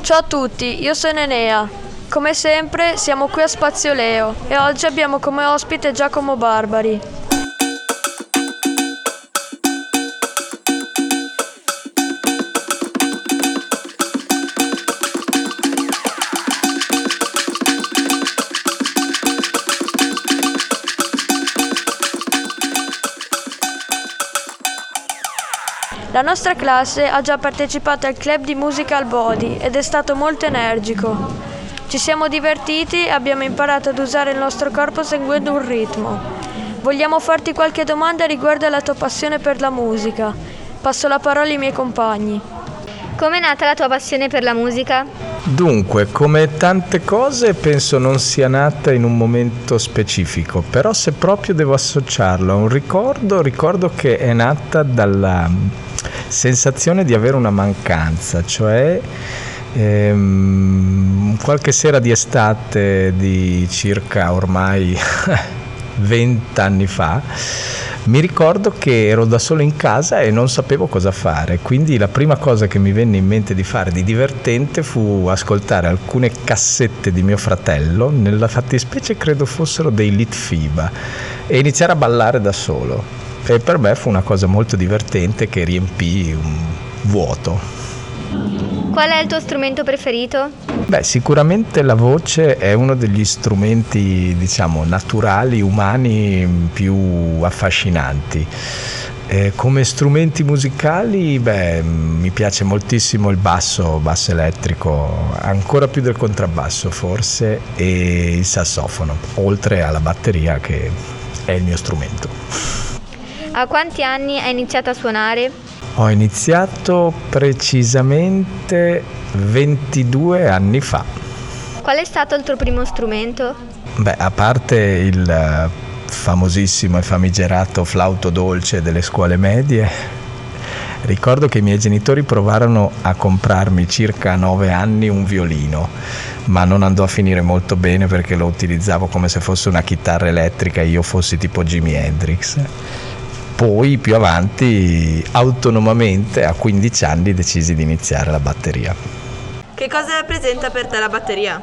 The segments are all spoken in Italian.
Ciao a tutti, io sono Enea. Come sempre siamo qui a Spazio Leo e oggi abbiamo come ospite Giacomo Barbari. La nostra classe ha già partecipato al club di Musical Body ed è stato molto energico. Ci siamo divertiti e abbiamo imparato ad usare il nostro corpo seguendo un ritmo. Vogliamo farti qualche domanda riguardo alla tua passione per la musica. Passo la parola ai miei compagni. Com'è nata la tua passione per la musica? Dunque, come tante cose, penso non sia nata in un momento specifico, però se proprio devo associarlo a un ricordo che è nata dalla sensazione di avere una mancanza, cioè qualche sera di estate di circa ormai 20 anni fa, mi ricordo che ero da solo in casa e non sapevo cosa fare, quindi la prima cosa che mi venne in mente di fare di divertente fu ascoltare alcune cassette di mio fratello, nella fattispecie credo fossero dei Litfiba, e iniziare a ballare da solo. E per me fu una cosa molto divertente che riempì un vuoto. Qual è il tuo strumento preferito? Beh, sicuramente la voce è uno degli strumenti, diciamo, naturali, umani più affascinanti. Come strumenti musicali, mi piace moltissimo il basso elettrico, ancora più del contrabbasso forse, e il sassofono, oltre alla batteria che è il mio strumento. A quanti anni hai iniziato a suonare? Ho iniziato precisamente 22 anni fa. Qual è stato il tuo primo strumento? A parte il famosissimo e famigerato flauto dolce delle scuole medie, ricordo che i miei genitori provarono a comprarmi circa a 9 anni un violino, ma non andò a finire molto bene perché lo utilizzavo come se fosse una chitarra elettrica e io fossi tipo Jimi Hendrix. Poi più avanti, autonomamente, a 15 anni, decisi di iniziare la batteria. Che cosa rappresenta per te la batteria?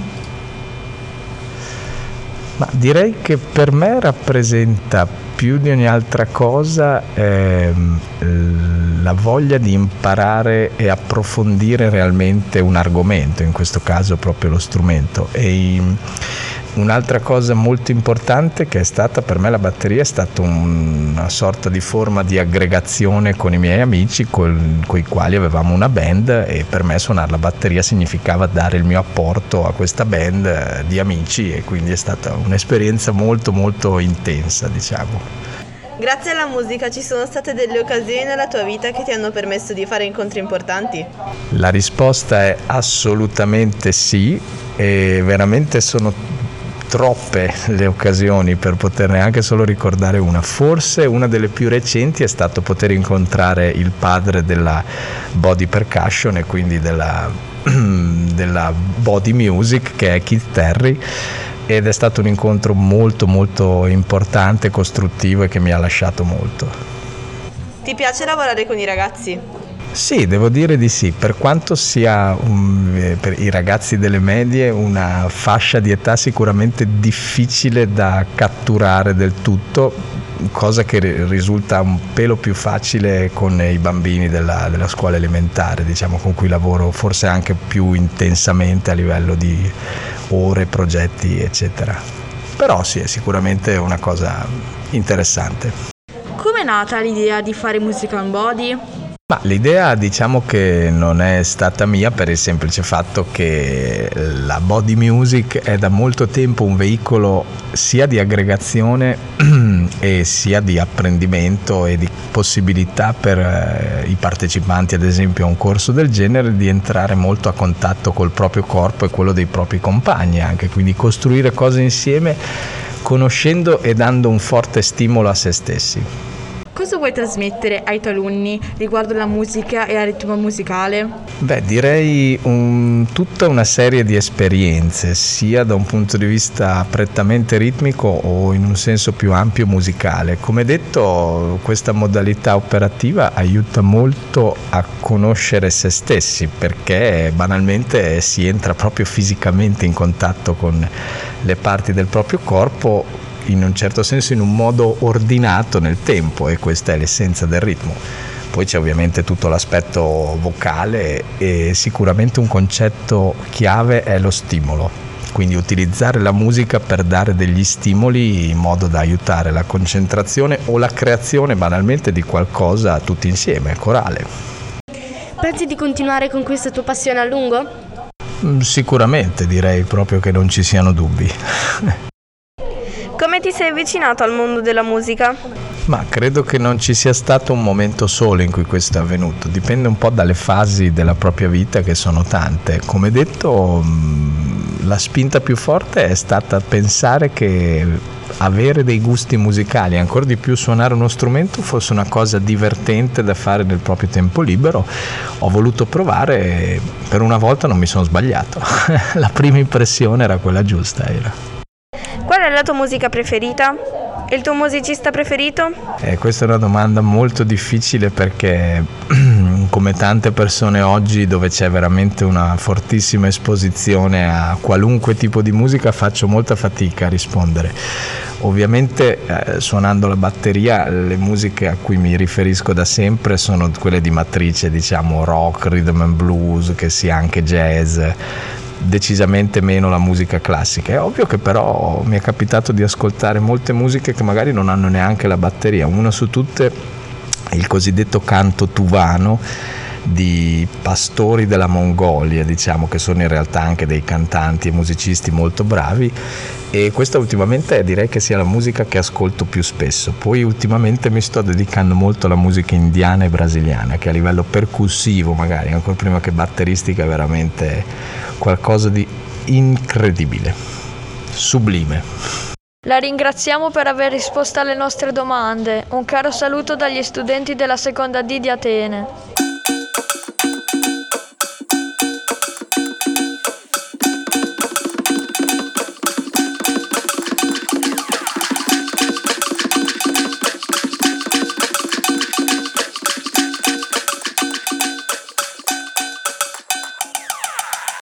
Ma direi che per me rappresenta più di ogni altra cosa la voglia di imparare e approfondire realmente un argomento, in questo caso proprio lo strumento. E un'altra cosa molto importante che è stata per me la batteria è stata una sorta di forma di aggregazione con i miei amici con i quali avevamo una band, e per me suonare la batteria significava dare il mio apporto a questa band di amici, e quindi è stata un'esperienza molto molto intensa, diciamo. Grazie alla musica ci sono state delle occasioni nella tua vita che ti hanno permesso di fare incontri importanti? La risposta è assolutamente sì, e veramente sono troppe le occasioni per poterne anche solo ricordare una. Forse una delle più recenti è stato poter incontrare il padre della body percussion e quindi della body music, che è Keith Terry, ed è stato un incontro molto molto importante, costruttivo e che mi ha lasciato molto. Ti piace lavorare con i ragazzi? Sì, devo dire di sì, per quanto sia per i ragazzi delle medie una fascia di età sicuramente difficile da catturare del tutto, cosa che risulta un pelo più facile con i bambini della scuola elementare, diciamo, con cui lavoro forse anche più intensamente a livello di ore, progetti, eccetera. Però sì, è sicuramente una cosa interessante. Come è nata l'idea di fare Musical Body? Ma l'idea, diciamo, che non è stata mia, per il semplice fatto che la body music è da molto tempo un veicolo sia di aggregazione e sia di apprendimento e di possibilità per i partecipanti, ad esempio, a un corso del genere, di entrare molto a contatto col proprio corpo e quello dei propri compagni anche, quindi costruire cose insieme, conoscendo e dando un forte stimolo a se stessi. Cosa vuoi trasmettere ai tuoi alunni riguardo la musica e al ritmo musicale? Beh, direi tutta una serie di esperienze, sia da un punto di vista prettamente ritmico o in un senso più ampio musicale. Come detto, questa modalità operativa aiuta molto a conoscere se stessi, perché banalmente si entra proprio fisicamente in contatto con le parti del proprio corpo, in un certo senso in un modo ordinato nel tempo, e questa è l'essenza del ritmo. Poi c'è ovviamente tutto l'aspetto vocale e sicuramente un concetto chiave è lo stimolo, quindi utilizzare la musica per dare degli stimoli in modo da aiutare la concentrazione o la creazione banalmente di qualcosa tutti insieme, corale. Pensi di continuare con questa tua passione a lungo? Sicuramente, direi proprio che non ci siano dubbi. Come ti sei avvicinato al mondo della musica? Ma credo che non ci sia stato un momento solo in cui questo è avvenuto, dipende un po' dalle fasi della propria vita, che sono tante. Come detto, la spinta più forte è stata pensare che avere dei gusti musicali, ancora di più suonare uno strumento, fosse una cosa divertente da fare nel proprio tempo libero. Ho voluto provare e per una volta non mi sono sbagliato. La prima impressione era quella giusta. Qual è la tua musica preferita? Il tuo musicista preferito? Questa è una domanda molto difficile, perché come tante persone oggi, dove c'è veramente una fortissima esposizione a qualunque tipo di musica, faccio molta fatica a rispondere. Ovviamente suonando la batteria, le musiche a cui mi riferisco da sempre sono quelle di matrice, diciamo rock, rhythm and blues, che sia anche jazz. Decisamente meno la musica classica. È ovvio che però mi è capitato di ascoltare molte musiche che magari non hanno neanche la batteria. Una su tutte è il cosiddetto canto tuvano di pastori della Mongolia, diciamo, che sono in realtà anche dei cantanti e musicisti molto bravi, e questa ultimamente direi che sia la musica che ascolto più spesso. Poi ultimamente mi sto dedicando molto alla musica indiana e brasiliana, che a livello percussivo, magari ancora prima che batteristica, è veramente qualcosa di incredibile, sublime. La ringraziamo per aver risposto alle nostre domande. Un caro saluto dagli studenti della seconda D di Atene.